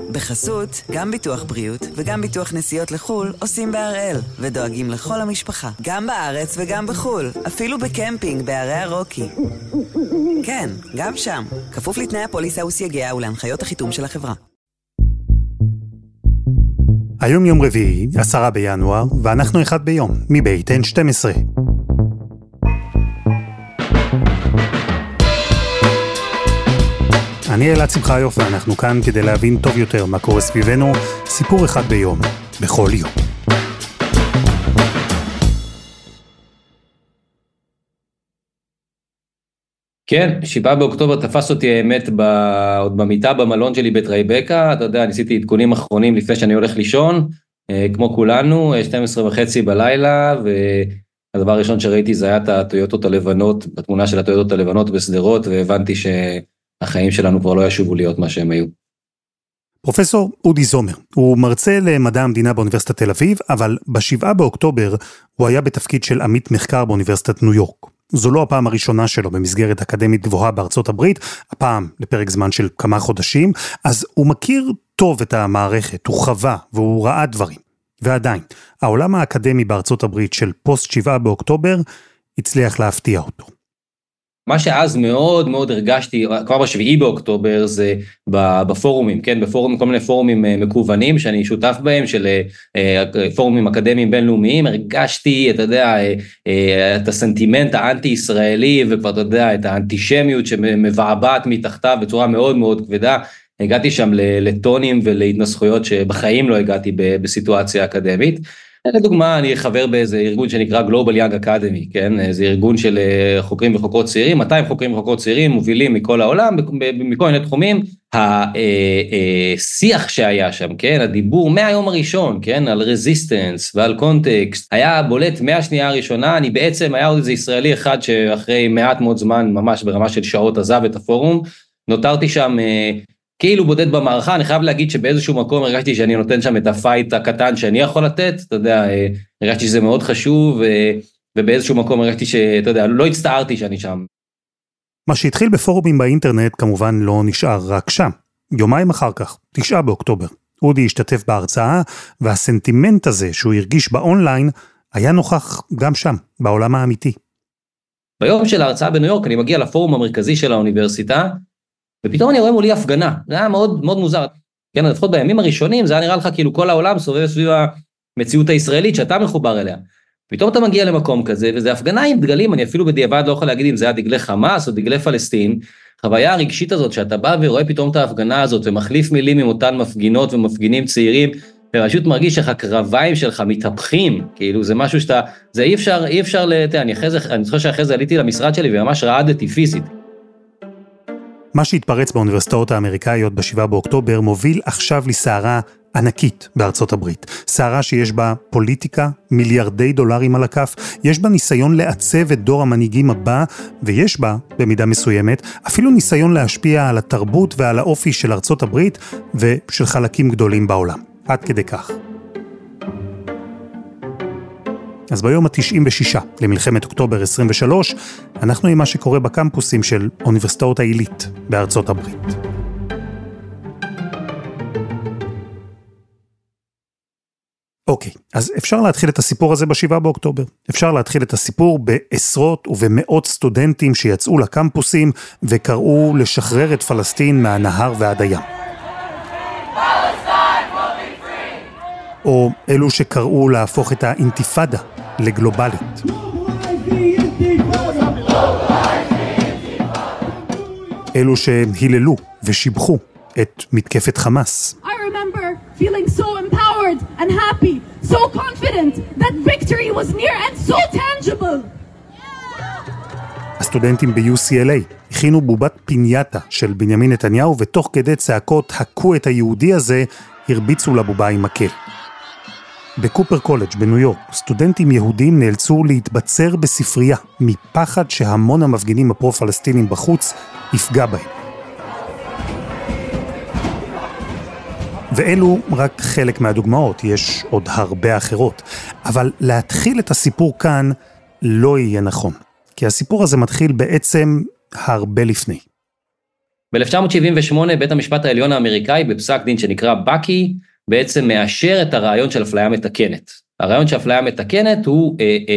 בחסות, גם ביטוח בריאות וגם ביטוח נסיעות לחול עושים בהראל, ודואגים לכל המשפחה, גם בארץ וגם בחול, אפילו בקמפינג בערי הרוקי. כן, גם שם, כפוף לתנאי הפוליסה וסייגיה ולהנחיות החיתום של החברה. היום יום רביעי, 10 בינואר, ואנחנו אחד ביום, מבית N12. אני אלעד שמחיוף, ואנחנו כאן כדי להבין טוב יותר מה קורה סביבנו, סיפור אחד ביום, בכל יום. כן, 7 באוקטובר תפס אותי האמת עוד במיטה במלון שלי בטרייבקה, אתה יודע, ניסיתי עדכונים אחרונים לפני שאני הולך לישון, כמו כולנו, 12:30 בלילה, והדבר הראשון שראיתי זה היה את הטויוטות הלבנות, בתמונה של הטויוטות הלבנות בסדרות, והבנתי שהחיים שלנו כבר לא ישובו להיות מה שהם היו. פרופסור אודי זומר, הוא מרצה למדע המדינה באוניברסיטת תל אביב, אבל ב7 באוקטובר הוא היה בתפקיד של עמית מחקר באוניברסיטת ניו יורק. זו לא הפעם הראשונה שלו במסגרת אקדמית גבוהה בארצות הברית, הפעם לפרק זמן של כמה חודשים, אז הוא מכיר טוב את המערכת, הוא חווה והוא ראה דברים. ועדיין, העולם האקדמי בארצות הברית של פוסט 7 באוקטובר הצליח להפתיע אותו. מה שאז מאוד מאוד הרגשתי, כבר ב7 באוקטובר, זה בפורומים, כן, בפורומים, כל מיני פורומים מקוונים, שאני שותף בהם, של פורומים אקדמיים בינלאומיים, הרגשתי, אתה יודע, את הסנטימנט האנטי-ישראלי, וכבר, אתה יודע, את האנטישמיות שמבעבעת מתחתיו בצורה מאוד מאוד כבדה, הגעתי שם לטונים ולהתנסחויות שבחיים לא הגעתי בסיטואציה אקדמית. לדוגמה, אני חבר באיזה ארגון שנקרא Global Young Academy, כן? זה ארגון של חוקרים וחוקרות צעירים, 200 חוקרים וחוקרות צעירים, מובילים מכל העולם, מכל מיני תחומים. השיח שהיה שם, כן? הדיבור מהיום הראשון, כן? על רזיסטנס ועל קונטקסט, היה בולט מהשנייה הראשונה, אני בעצם, היה עוד איזה ישראלי אחד שאחרי מעט מאוד זמן, ממש ברמה של שעות עזב את הפורום, נותרתי שם כאילו בודד במערכה. אני חייב להגיד שבאיזשהו מקום הרגשתי שאני נותן שם את הפייט הקטן שאני יכול לתת, אתה יודע, הרגשתי שזה מאוד חשוב, ובאיזשהו מקום הרגשתי שאתה יודע, לא הצטערתי שאני שם. מה שהתחיל בפורומים באינטרנט כמובן לא נשאר רק שם. יומיים אחר כך, 9 באוקטובר, אודי השתתף בהרצאה, והסנטימנט הזה שהוא הרגיש באונליין, היה נוכח גם שם, בעולם האמיתי. ביום של ההרצאה בניו יורק, אני מגיע לפורום המרכזי של האוניברסיטה, ופתאום אני רואה מולי הפגנה, זה היה מאוד, מאוד מוזר, כן, לפחות בימים הראשונים, זה היה נראה לך כאילו כל העולם סובב סביב המציאות הישראלית שאתה מחובר אליה, פתאום אתה מגיע למקום כזה, וזה הפגנה עם דגלים, אני אפילו בדיעבד לא יכול להגיד אם זה היה דגלי חמאס או דגלי פלסטין, חוויה הרגשית הזאת שאתה בא ורואה פתאום את ההפגנה הזאת, ומחליף מילים עם אותן מפגינות ומפגינים צעירים, ופשוט מרגיש שהקרביים שלך מתהפכים, כאילו זה משהו שאתה, זה אי אפשר, אני חושב שאחרי זה עליתי למשרד שלי, וממש רעדתי פיזית. מה שהתפרץ באוניברסיטאות האמריקאיות ב7 באוקטובר מוביל עכשיו לסערה ענקית בארצות הברית. סערה שיש בה פוליטיקה, מיליארדי דולרים על הכף, יש בה ניסיון לעצב את דור המנהיגים הבא, ויש בה, במידה מסוימת, אפילו ניסיון להשפיע על התרבות ועל האופי של ארצות הברית ושל חלקים גדולים בעולם. עד כדי כך. אז ביום ה-96 למלחמת אוקטובר 23, אנחנו עם מה שקורה בקמפוסים של אוניברסיטאות העילית בארצות הברית. אוקיי, אז אפשר להתחיל את הסיפור הזה ב7 באוקטובר. אפשר להתחיל את הסיפור בעשרות ובמאות סטודנטים שיצאו לקמפוסים וקראו לשחרר את פלסטין מהנהר ועד הים. או אלו שקראו להפוך את האינתיפאדה לגלובלית. אלו שהיללו ושיבחו את מתקפת חמאס. I remember feeling so empowered and happy, so confident that victory was near and so tangible. הסטודנטים ב-UCLA הכינו בובת פינייטה של בנימין נתניהו, ותוך כדי צעקות "הכו את היהודי הזה", הרביצו לבובה עם מקל. בקופר קולג' בניו יורק, סטודנטים יהודים נאלצו להתבצר בספרייה, מפחד שהמון המפגינים הפרו-פלסטינים בחוץ יפגע בהם. ואלו רק חלק מהדוגמאות, יש עוד הרבה אחרות. אבל להתחיל את הסיפור כאן לא יהיה נכון, כי הסיפור הזה מתחיל בעצם הרבה לפני. ב-1978 בית המשפט העליון האמריקאי בפסק דין שנקרא בקי, בעצם מאשר את הרעיון של אפליה מתקנת. הרעיון של אפליה מתקנת הוא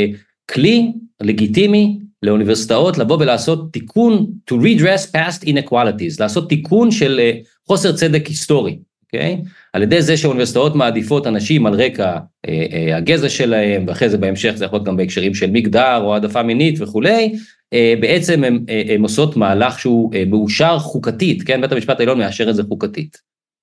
כלי לגיטימי לאוניברסיטאות לבוא ולעשות תיקון, to redress past inequalities, לעשות תיקון של חוסר צדק היסטורי, אוקיי? על ידי זה שהאוניברסיטאות מעדיפות אנשים על רקע הגזע שלהם, ואחרי זה בהמשך זה יכול להיות גם בהקשרים של מגדר או העדפה מינית וכולי, בעצם הם עושות מהלך שהוא מאושר חוקתית, כן? בית המשפט העליון מאשר את זה חוקתית.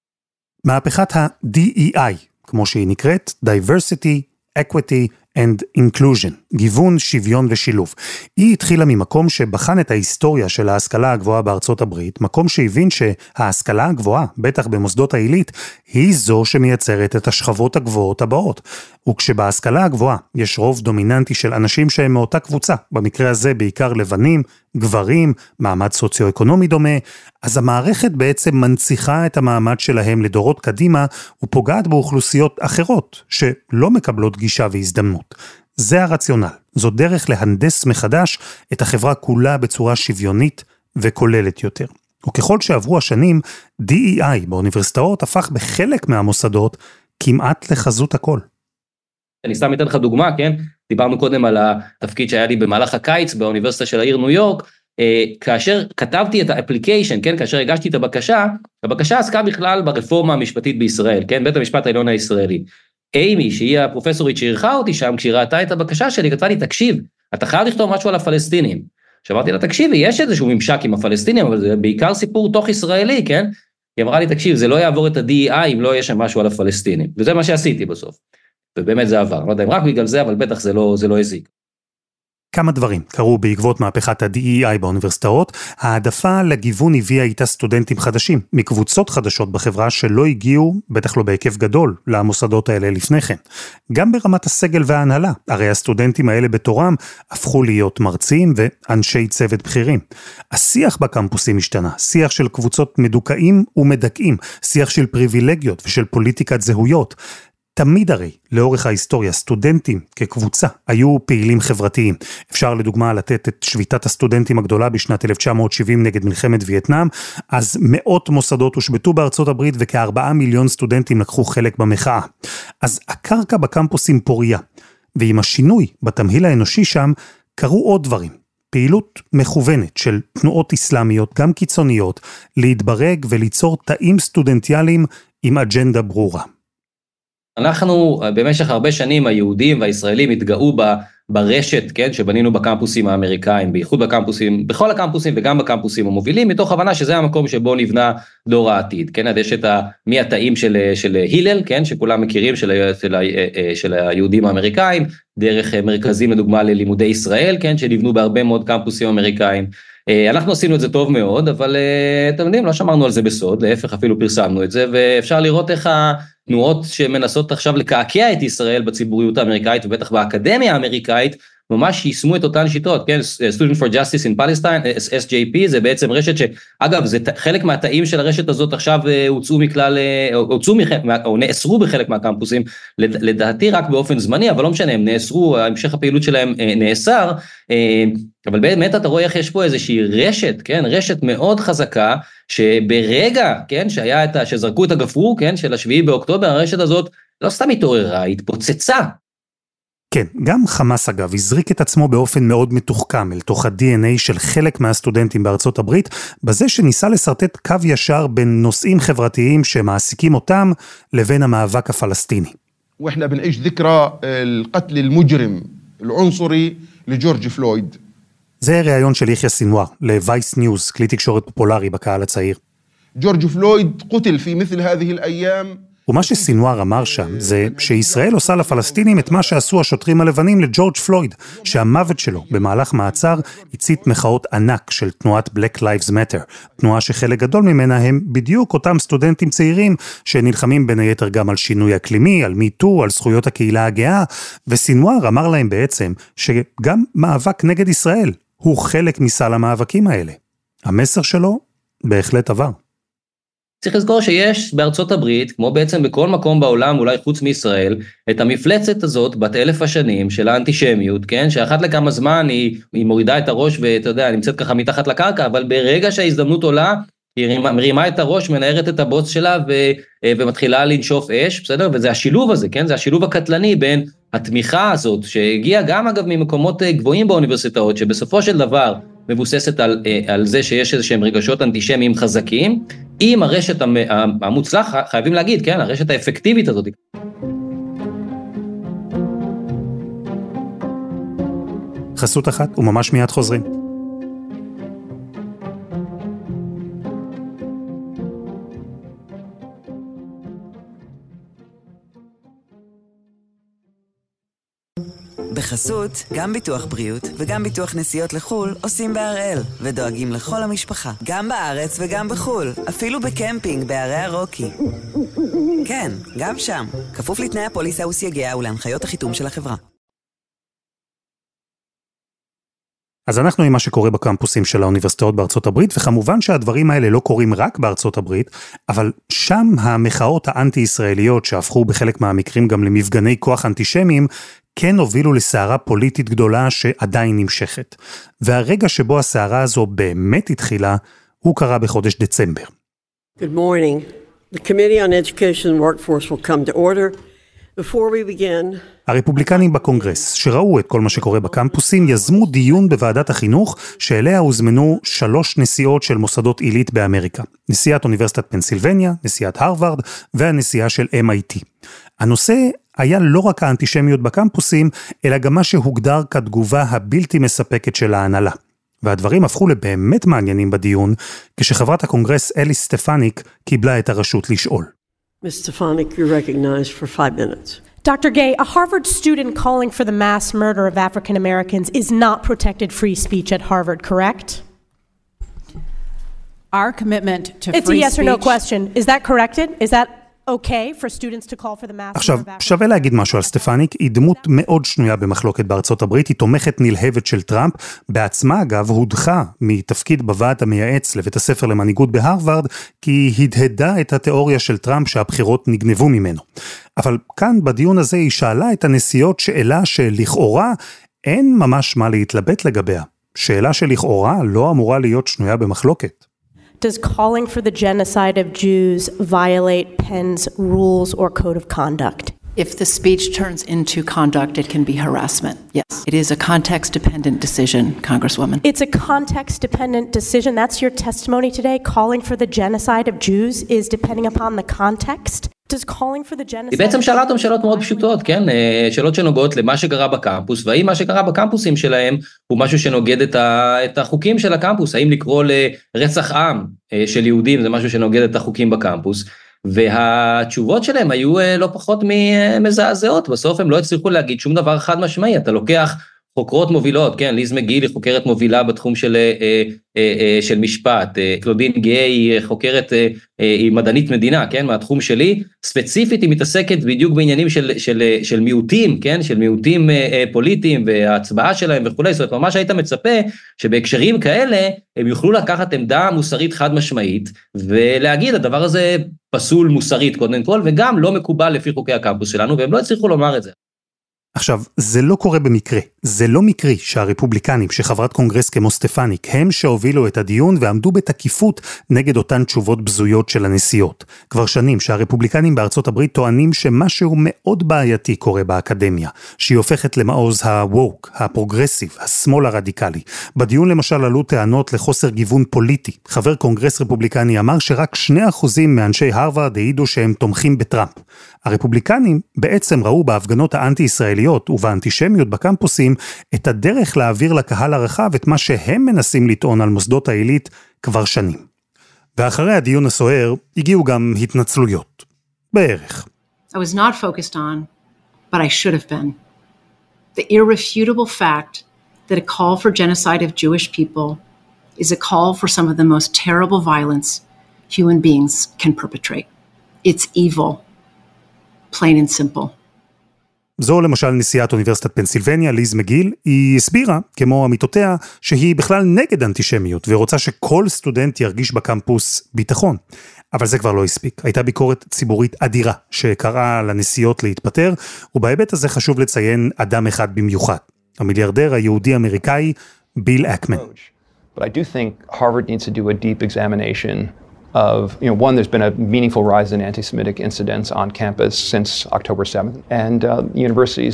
מהפכת ה-DEI, כמו שהיא נקראת, Diversity, Equity and Inclusion, גיוון, שוויון ושילוב. היא התחילה ממקום שבחן את ההיסטוריה של ההשכלה הגבוהה בארצות הברית, מקום שהבין שההשכלה הגבוהה, בטח במוסדות העילית, היא זו שמייצרת את השכבות הגבוהות הבאות. וכשבהשכלה הגבוהה יש רוב דומיננטי של אנשים שהם מאותה קבוצה, במקרה הזה בעיקר לבנים, גברים, מעמד סוציו-אקונומי דומה, אז המערכת בעצם מנציחה את המעמד שלהם לדורות קדימה, ופוגעת באוכלוסיות אחרות שלא מקבלות גישה והזדמנות. זה הרציונל, זו דרך להנדס מחדש את החברה כולה בצורה שוויונית וכוללת יותר. וככל שעברו השנים, DEI באוניברסיטאות הפך בחלק מהמוסדות כמעט לחזות הכל. אני סתם אתן לך דוגמה, כן? דיברנו קודם על התפקיד שהיה לי במהלך הקיץ באוניברסיטה של העיר ניו יורק, כאשר כתבתי את האפליקיישן, כן? כאשר הגשתי את הבקשה עסקה בכלל ברפורמה המשפטית בישראל, כן? בית המשפט העליון הישראלי. אימי, שהיא הפרופסורית שערכה אותי שם, כשהיא ראתה את הבקשה שלי, כתבה לי, תקשיב, אתה חייב לכתוב משהו על הפלסטינים. שאמרתי לה, תקשיבי, יש איזשהו ממשק עם הפלסטינים, אבל זה בעיקר סיפור תוך ישראלי, כן? היא אמרה לי, תקשיב, זה לא יעבור את ה-DEI אם לא יש שם משהו על הפלסטינים. וזה מה שעשיתי בסוף. ובאמת זה עבר. לא יודע אם רק בגלל זה, אבל בטח זה לא הזיק. כמה דברים קרו בעקבות מהפכת ה-DEI באוניברסיטאות. העדפה לגיוון הביאה איתה סטודנטים חדשים, מקבוצות חדשות בחברה שלא הגיעו, בטח לא בהיקף גדול, למוסדות האלה לפני כן. גם ברמת הסגל וההנהלה, הרי הסטודנטים האלה בתורם הפכו להיות מרצים ואנשי צוות בכירים. השיח בקמפוסים השתנה, שיח של קבוצות מדוכאים ומדכאים, שיח של פריבילגיות ושל פוליטיקת זהויות. תמיד הרי, לאורך ההיסטוריה, סטודנטים כקבוצה היו פעילים חברתיים. אפשר לדוגמה לתת את שביתת הסטודנטים הגדולה בשנת 1970 נגד מלחמת וייטנאם, אז מאות מוסדות הושבתו בארצות הברית וכ4 מיליון סטודנטים לקחו חלק במחאה. אז הקרקע בקמפוסים פוריה, ועם השינוי בתמהיל האנושי שם קרו עוד דברים. פעילות מכוונת של תנועות אסלאמיות, גם קיצוניות, להתברג וליצור תאים סטודנטיאליים עם אג'נדה ברורה. אנחנו במשך הרבה שנים היהודים והישראלים התגאו ברשת, כן, שבנינו בקמפוסים האמריקאים, בייחוד בקמפוסים, בכל הקמפוסים וגם בקמפוסים המובילים, מתוך הבנה שזה המקום שבו נבנה דור העתיד, כן, יש את מהתאים של הילל, כן, שכולם מכירים, של היהודים האמריקאים, דרך מרכזים לדוגמה ללימודי ישראל, כן, שנבנו בהרבה מאוד קמפוסים אמריקאים. אנחנו עשינו את זה טוב מאוד, אבל אתם יודעים, לא שמרנו על זה בסוד, להפך אפילו פרסמנו את זה, ואפשר לראות איך התנועות שמנסות עכשיו לקעקע את ישראל בציבוריות האמריקאית, ובטח באקדמיה האמריקאית, ממש יישמו את אותן שיטות, כן, Student for Justice in Palestine, SJP, זה בעצם רשת שאגב, זה חלק מהתאים של הרשת הזאת עכשיו הוצאו מכלל, או נאסרו בחלק מהקמפוסים, לדעתי רק באופן זמני, אבל לא משנה, הם נאסרו, המשך הפעילות שלהם נאסר, אבל באמת אתה רואה איך יש פה איזושהי רשת, כן, רשת מאוד חזקה, שברגע, כן, שזרקו את הגפרור, כן, של 7 באוקטובר, הרשת הזאת לא סתם התעוררה, התפוצצה. כן, גם חמאס אגב הזריק את עצמו באופן מאוד מתוחכם אל תוך ה-DNA של חלק מהסטודנטים בארצות הברית, בזה שניסה לסרטט קו ישר בין נושאים חברתיים שמעסיקים אותם לבין המאבק הפלסטיני. ואנחנו בנעיש ذكرى القتل المجرم العنصري לג'ורג' פלויד. זה ראיון של יחיא סינואר לווייס ניוז, כלי תקשורת פופולרי בקהל הצעיר. ג'ורג' פלויד قتل في مثل هذه الأيام. ומה שסינואר אמר שם זה שישראל עושה לפלסטינים את מה שעשו השוטרים הלבנים לג'ורג' פלויד, שהמוות שלו במהלך מעצר הצית מחאות ענק של תנועת Black Lives Matter, תנועה שחלק גדול ממנה הם בדיוק אותם סטודנטים צעירים שנלחמים בין היתר גם על שינוי אקלימי, על מיטו, על זכויות הקהילה הגאה, וסינואר אמר להם בעצם שגם מאבק נגד ישראל הוא חלק מסל המאבקים האלה. המסר שלו בהחלט עבר. צריך לזכור שיש בארצות הברית, כמו בעצם בכל מקום בעולם, אולי חוץ מישראל, את המפלצת הזאת בת 1000 השנים של האנטישמיות, כן? שאחת לכמה זמן היא מורידה את הראש ואתה יודע, נמצאת ככה מתחת לקרקע, אבל ברגע שההזדמנות עולה, היא מרימה את הראש, מנערת את הבוץ שלה ומתחילה לנשוף אש, בסדר? וזה השילוב הזה, כן? זה השילוב הקטלני בין התמיכה הזאת, שהגיעה גם אגב ממקומות גבוהים באוניברסיטאות, שבסופו של דבר מבוססת על זה שיש איזשהם רגשות אנטישמיים חזקים, עם הרשת המוצלח, חייבים להגיד, כן? הרשת האפקטיבית הזאת. חסות אחת וממש מיד חוזרים. בחסות, גם ביטוח בריאות וגם ביטוח נסיעות לחול עושים בהראל ודואגים לכל המשפחה, גם בארץ וגם בחול, אפילו בקמפינג בערי הרוקי. כן, גם שם, כפוף לתנאי הפוליסה וסייגיה ולהנחיות החיתום של החברה. אז אנחנו עם מה שקורה בקמפוסים של האוניברסיטאות בארצות הברית, וכמובן שהדברים האלה לא קורים רק בארצות הברית, אבל שם המחאות האנטי-ישראליות שהפכו בחלק מהמקרים גם למפגני כוח אנטישמיים, כן הובילו לסערה פוליטית גדולה שעדיין נמשכת. והרגע שבו הסערה הזו באמת התחילה, הוא קרה בחודש דצמבר. Good morning. The Committee on Education and Workforce will come to order. Before we begin... הרפובליקנים בקונגרס, שראו את כל מה שקורה בקמפוסים, יזמו דיון בוועדת החינוך, שאליה הוזמנו 3 נשיאות של מוסדות עילית באמריקה. נשיאת אוניברסיטת פנסילבניה, נשיאת הרווארד, והנשיאה של MIT. הנושא היה לא רק האנטישמיות בקמפוסים, אלא גם מה שהוגדר כתגובה הבלתי מספקת של ההנהלה. והדברים הפכו לבאמת מעניינים בדיון, כשחברת הקונגרס אליס סטפניק קיבלה את הרשות לשאול. Ms. Stefanik, you're recognized for 5 minutes. Dr. Gay, a Harvard student calling for the mass murder of African Americans is not protected free speech at Harvard, correct? Our commitment to free speech... It's a yes or no question. Is that corrected? Is that okay for students to call for the mass עכשיו, murder of African Americans? שווה להגיד משהו על סטפניק, היא דמות מאוד שנויה במחלוקת בארצות הברית, היא תומכת נלהבת של טראמפ, בעצמה אגב הודחה מתפקיד בוועד המייעץ לבית הספר למנהיגות בהרווארד, כי היא הדהדה את התיאוריה של טראמפ שהבחירות נגנבו ממנו. אבל כאן בדיון הזה היא שאלה את הנשיאות שאלה שלכאורה אין ממש מה להתלבט לגביה. שאלה שלכאורה לא אמורה להיות שנויה במחלוקת. Does calling for the genocide of Jews violate Penn's rules or code of conduct? If the speech turns into conduct, it can be harassment. Yes, it is a context-dependent decision, Congresswoman. It's a context-dependent decision. That's your testimony today. Calling for the genocide of Jews is depending upon the context. Does calling for the genocide... היא בעצם שאלה אותם שאלות מאוד פשוטות, כן? שאלות שנוגעות למה שקרה בקמפוס, והאם מה שקרה בקמפוסים שלהם הוא משהו שנוגד את החוקים של הקמפוס, האם לקרוא לרצח עם של יהודים זה משהו שנוגד את החוקים בקמפוס, והתשובות שלהם היו לא פחות ממזעזעות, בסוף הם לא הצליחו להגיד שום דבר חד משמעי, אתה לוקח חוקרות מובילות, כן, ליז מגיל היא חוקרת מובילה בתחום של משפט, קלודין גיי היא חוקרת, היא מדענית מדינה, כן, מהתחום שלי, ספציפית היא מתעסקת בדיוק בעניינים של מיעוטים, כן, של מיעוטים פוליטיים וההצבעה שלהם וכו', זאת אומרת, ממש היית מצפה שבהקשרים כאלה הם יוכלו לקחת עמדה מוסרית חד משמעית, ולהגיד הדבר הזה פסול מוסרית קודם כל, וגם לא מקובל לפי חוקי הקמפוס שלנו, והם לא הצליחו לומר את זה. עכשיו, זה לא קורה במקרה. זה לא מקרי שהרפובליקנים, שחברת קונגרס כמו סטפניק, הם שהובילו את הדיון ועמדו בתקיפות נגד אותן תשובות בזויות של הנשיאות. כבר שנים שהרפובליקנים בארצות הברית טוענים שמשהו מאוד בעייתי קורה באקדמיה, שהיא הופכת למעוז הווק, הפרוגרסיב, השמאל הרדיקלי. בדיון למשל עלו טענות לחוסר גיוון פוליטי. חבר קונגרס רפובליקני אמר שרק 2% מאנשי הרווארד העידו שהם תומכים בטראמפ. הרפובליקנים בעצם ראו בהפגנות האנטי-ישראליות ובאנטישמיות בקמפוסים את הדרך להעביר לקהל הרחב את מה שהם מנסים לטעון על מוסדות העילית כבר שנים. ואחרי הדיון הסוער הגיעו גם התנצלויות. בערך. I was not focused on, but I should have been. The irrefutable fact that a call for genocide of Jewish people is a call for some of the most terrible violence human beings can perpetrate. It's evil. plain and simple. זו למשל נשיאת אוניברסיטת פנסילבניה, ליז מגיל, היא הסבירה, כמו עמיתותיה, שהיא בכלל נגד אנטישמיות, ורוצה שכל סטודנט ירגיש בקמפוס ביטחון. אבל זה כבר לא הספיק. הייתה ביקורת ציבורית אדירה, שקראה לנשיאות להתפטר, ובהיבט הזה חשוב לציין אדם אחד במיוחד. המיליארדר היהודי-אמריקאי, ביל אקמן. But I do think Harvard needs to do a deep examination of, one, there's been a meaningful rise in anti-Semitic incidents on campus since October 7th, and the university's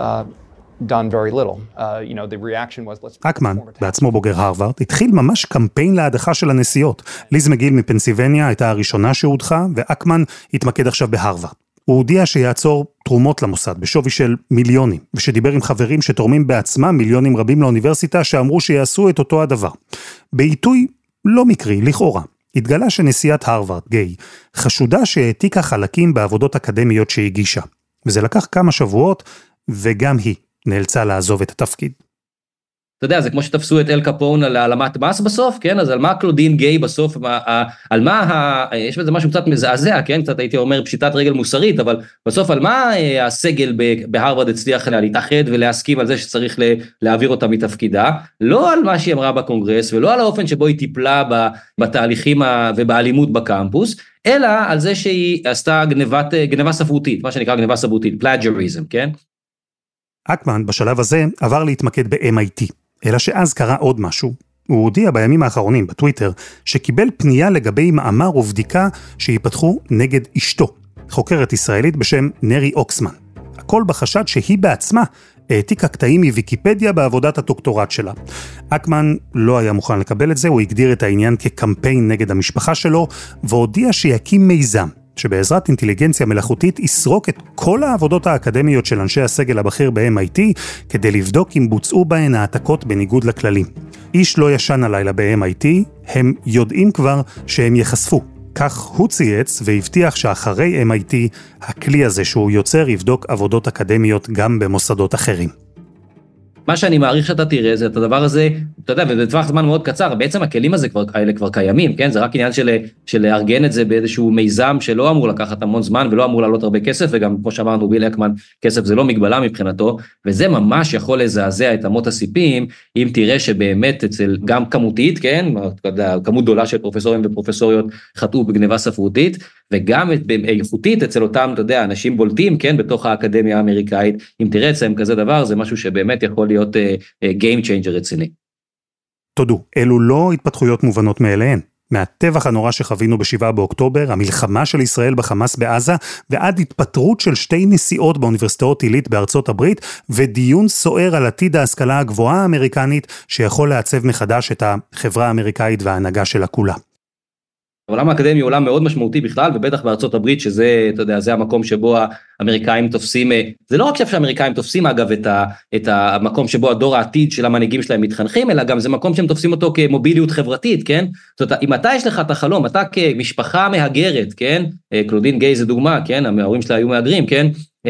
done very little. The reaction was, let's... אקמן, בעצמו בוגר הרווארד, התחיל ממש קמפיין להדחה של הנשיאות. ליז מגיל מפנסילבניה הייתה הראשונה שהודחה, ואקמן התמקד עכשיו בהרווארד. הוא הודיע שיעצור תרומות למוסד בשווי של מיליונים, ושדיבר עם חברים שתורמים בעצמם מיליונים רבים לאוניברסיטה שאמרו שיעשו את אותו הדבר. בעיתוי לא מקרי, לכאורה. התגלה שנשיאת הרווארד, גיי, חשודה שהעתיקה חלקים בעבודות אקדמיות שהגישה. וזה לקח כמה שבועות, וגם היא נאלצה לעזוב את התפקיד. אתה יודע, זה כמו שתפסו את אל קפון על העלמת מס בסוף, כן? אז על מה קלודין גיי בסוף, על מה, יש בזה משהו קצת מזעזע, כן? קצת הייתי אומר פשיטת רגל מוסרית, אבל בסוף על מה הסגל בהרווארד הצליח להתאחד ולהסכים על זה שצריך להעביר אותה מתפקידה, לא על מה שהיא אמרה בקונגרס, ולא על האופן שבו היא טיפלה בתהליכים ובאלימות בקמפוס, אלא על זה שהיא עשתה גנבה ספרותית, מה שנקרא גנבה ספרותית, פלאג'ריזם, כן? אקמן בשלב הזה עבר להתמקד ב-MIT, אלא שאז קרה עוד משהו. הוא הודיע בימים האחרונים בטוויטר שקיבל פנייה לגבי מאמר ובדיקה שיפתחו נגד אשתו, חוקרת ישראלית בשם נרי אוקסמן. הכל בחשד שהיא בעצמה העתיקה קטעים מוויקיפדיה בעבודת הדוקטורט שלה. אקמן לא היה מוכן לקבל את זה, הוא הגדיר את העניין כקמפיין נגד המשפחה שלו, והודיע שיקים מיזם, שבעזרת אינטליגנציה מלאכותית יסרוק את כל העבודות האקדמיות של אנשי הסגל הבכיר ב-MIT, כדי לבדוק אם בוצעו בהן העתקות בניגוד לכללים. איש לא ישן הלילה ב-MIT, הם יודעים כבר שהם יחשפו. כך הוא צייץ והבטיח שאחרי MIT, הכלי הזה שהוא יוצר יבדוק עבודות אקדמיות גם במוסדות אחרים. מה שאני מעריך שאתה תראה זה את הדבר הזה, אתה יודע, ובטווח זמן מאוד קצר, בעצם הכלים האלה כבר קיימים, כן? זה רק עניין של לארגן את זה באיזשהו מיזם שלא אמור לקחת המון זמן ולא אמור לעלות הרבה כסף, וגם כמו שאמרנו ביל אקמן, כסף זה לא מגבלה מבחינתו, וזה ממש יכול לזעזע את אמות הסיפים, אם תראה שבאמת אצל גם כמותית, כן? כמות גדולה של פרופסורים ופרופסוריות חטאו בגניבה ספרותית, וגם איכותית אצל אותם, אתה יודע, אנשים בולטים, כן? בתוך האקדמיה האמריקאית, אם תראה אצלם כזה דבר, זה משהו שבאמת יכול להיות game changer רציני. תודו, אלו לא התפתחויות מובנות מאליהן. מהטבח הנורא שחווינו ב7 באוקטובר, המלחמה של ישראל בחמאס בעזה, ועד התפטרות של 2 נשיאות באוניברסיטאות עילית בארצות הברית, ודיון סוער על עתיד ההשכלה הגבוהה האמריקנית, שיכול לעצב מחדש את החברה האמריקאית וההנהגה שלה כולה. העולם האקדמי הוא עולם מאוד משמעותי בכלל, ובטח בארצות הברית, שזה, אתה יודע, זה המקום שבו האמריקאים תופסים, זה לא רק שהאמריקאים תופסים, אגב, את המקום שבו הדור העתיד של המנהיגים שלהם מתחנכים, אלא גם זה מקום שהם תופסים אותו כמוביליות חברתית, כן? זאת אומרת, אם אתה יש לך את החלום, אתה כמשפחה מהגרת, כן? קלודין גיי זה דוגמה, כן? ההורים שלה היו מהגרים, כן?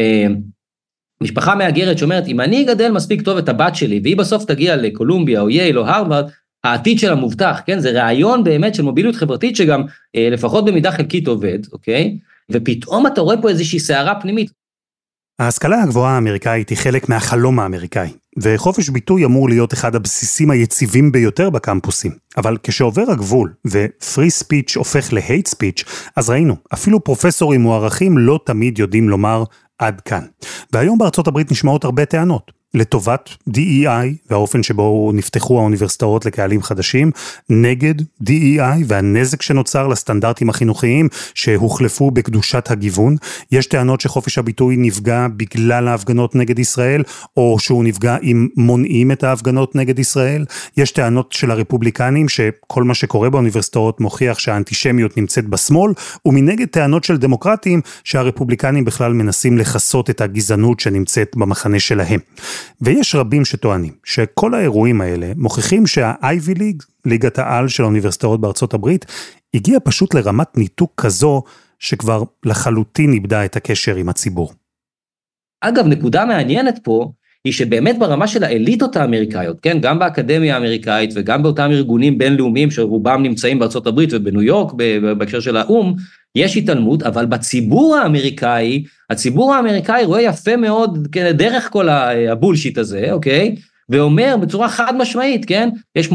משפחה מהגרת שאומרת, אם אני אגדל מספיק טוב את הבת שלי, והיא בסוף תגיע לקולומביה או ייל או הרווארד, העתיד שלה מובטח, כן? זה רעיון באמת של מוביליות חברתית שגם לפחות במידה חלקית עובד, אוקיי? ופתאום אתה רואה פה איזושהי סערה פנימית. ההשכלה הגבוהה האמריקאית היא חלק מהחלום האמריקאי, וחופש ביטוי אמור להיות אחד הבסיסים היציבים ביותר בקמפוסים. אבל כשעובר הגבול ו-free speech הופך ל-hate speech, אז ראינו, אפילו פרופסורים מוערכים לא תמיד יודעים לומר עד כאן. והיום בארצות הברית נשמעות הרבה טענות. לטובת DEI והאופן שבו נפתחו האוניברסיטאות לקהלים חדשים, נגד DEI והנזק שנוצר לסטנדרטים החינוכיים שהוחלפו בקדושת הגיוון. יש טענות שחופש הביטוי נפגע בגלל ההפגנות נגד ישראל, או שהוא נפגע אם מונעים את ההפגנות נגד ישראל. יש טענות של הרפובליקנים שכל מה שקורה באוניברסיטאות מוכיח שהאנטישמיות נמצאת בשמאל, ומנגד טענות של דמוקרטים שהרפובליקנים בכלל מנסים לחסות את הגזענות שנמצאת במחנה שלהם. ויש רבים שטוענים שכל האירועים האלה מוכיחים שה-Ivy League, ליגת העל של האוניברסיטאות בארצות הברית, הגיע פשוט לרמת ניתוק כזו שכבר לחלוטין איבדה את הקשר עם הציבור. אגב, נקודה מעניינת פה היא שבאמת ברמה של האליטות האמריקאיות, כן, גם באקדמיה האמריקאית וגם באותם ארגונים בינלאומיים שרובם נמצאים בארצות הברית ובניו יורק בהקשר של האום, יש התעלמות, אבל בציבור האמריקאי, הציבור האמריקאי רואה יפה מאוד דרך כל הבולשיט הזה, אוקיי? ואומר בצורה חד משמעית, כן? יש 81%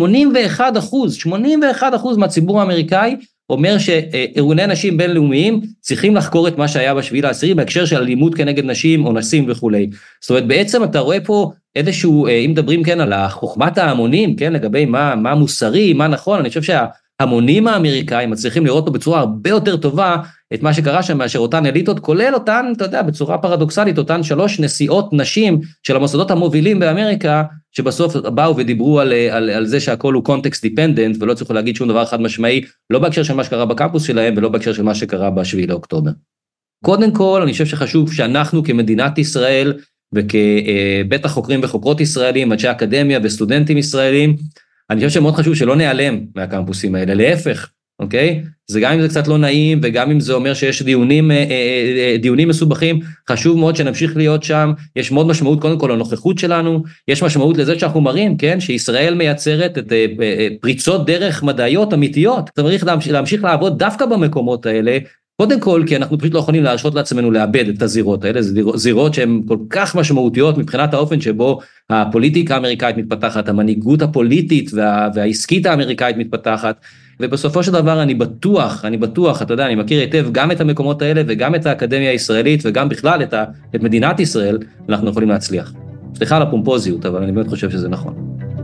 מהציבור האמריקאי אומר שארגוני נשים בינלאומיים צריכים לחקור את מה שהיה ב7 באוקטובר בהקשר של אלימות כנגד נשים או נשים וכו'. זאת אומרת, בעצם אתה רואה פה איזשהו, אם מדברים כן על חוכמת ההמונים, כן, לגבי מה מוסרי, מה נכון, אני חושב שההמונים האמריקאים מצליחים לראות פה בצורה הרבה יותר טובה את מה שקרה שם מאשר אותן אליטות, כולל אותן, אתה יודע, בצורה פרדוקסלית, אותן 3 נשיאות נשים של המוסדות המובילים באמריקה, שבסוף באו ודיברו על זה שהכל הוא context dependent, ולא צריכו להגיד שום דבר חד משמעי, לא בהקשר של מה שקרה בקמפוס שלהם, ולא בהקשר של מה שקרה ב7 לאוקטובר. קודם כל, אני חושב שחשוב שאנחנו כמדינת ישראל, וכבית החוקרים וחוקרות ישראלים, אנשי אקדמיה וסטודנטים ישראלים, אני חושב שמאוד חשוב שלא נעלם מהקמפוסים האלה, להפך, אוקיי? זה גם אם זה קצת לא נעים, וגם אם זה אומר שיש דיונים מסובכים, חשוב מאוד שנמשיך להיות שם, יש מאוד משמעות קודם כל לנוכחות שלנו, יש משמעות לזה שאנחנו מראים, כן? שישראל מייצרת את פריצות דרך מדעיות אמיתיות, צריך להמשיך לעבוד דווקא במקומות האלה, קודם כל, כי אנחנו פשוט לא יכולים להרשות לעצמנו לאבד את הזירות האלה, זה זירות שהן כל כך משמעותיות מבחינת האופן שבו הפוליטיקה האמריקאית מתפתחת, המנהיגות הפוליטית והעסקית האמריקאית מתפתחת, ובסופו של דבר אני בטוח, אתה יודע, אני מכיר היטב גם את המקומות האלה וגם את האקדמיה הישראלית וגם בכלל את מדינת ישראל, אנחנו יכולים להצליח. סליחה על הפומפוזיות, אבל אני באמת חושב שזה נכון.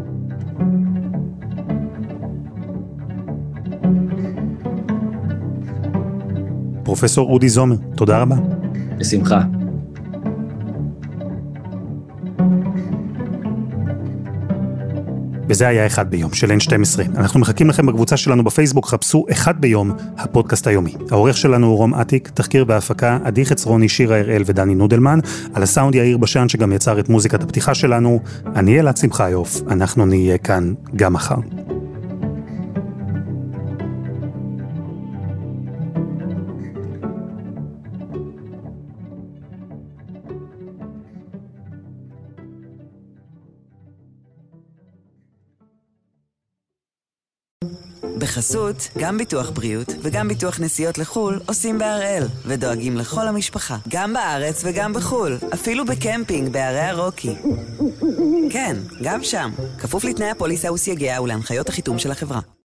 פרופסור אודי זומר, תודה רבה. בשמחה. וזה היה אחד ביום של N12. אנחנו מחכים לכם בקבוצה שלנו בפייסבוק, חפשו אחד ביום, הפודקאסט היומי. העורך שלנו הוא רום עתיק, תחקיר בהפקה, עדי חצרוני, שירה הראל ודני נודלמן, על הסאונד יאיר בשן שגם יצר את מוזיקת הפתיחה שלנו. אני אלעד שמחיוף, אנחנו נהיה כאן גם מחר. בחסות, גם ביטוח בריאות וגם ביטוח נסיעות לחול עושים בהראל ודואגים לכל המשפחה, גם בארץ וגם בחול, אפילו בקמפינג בערי הרוקי. כן, גם שם, כפוף לתנאי הפוליסה וסייגיה ולהנחיות החיתום של החברה.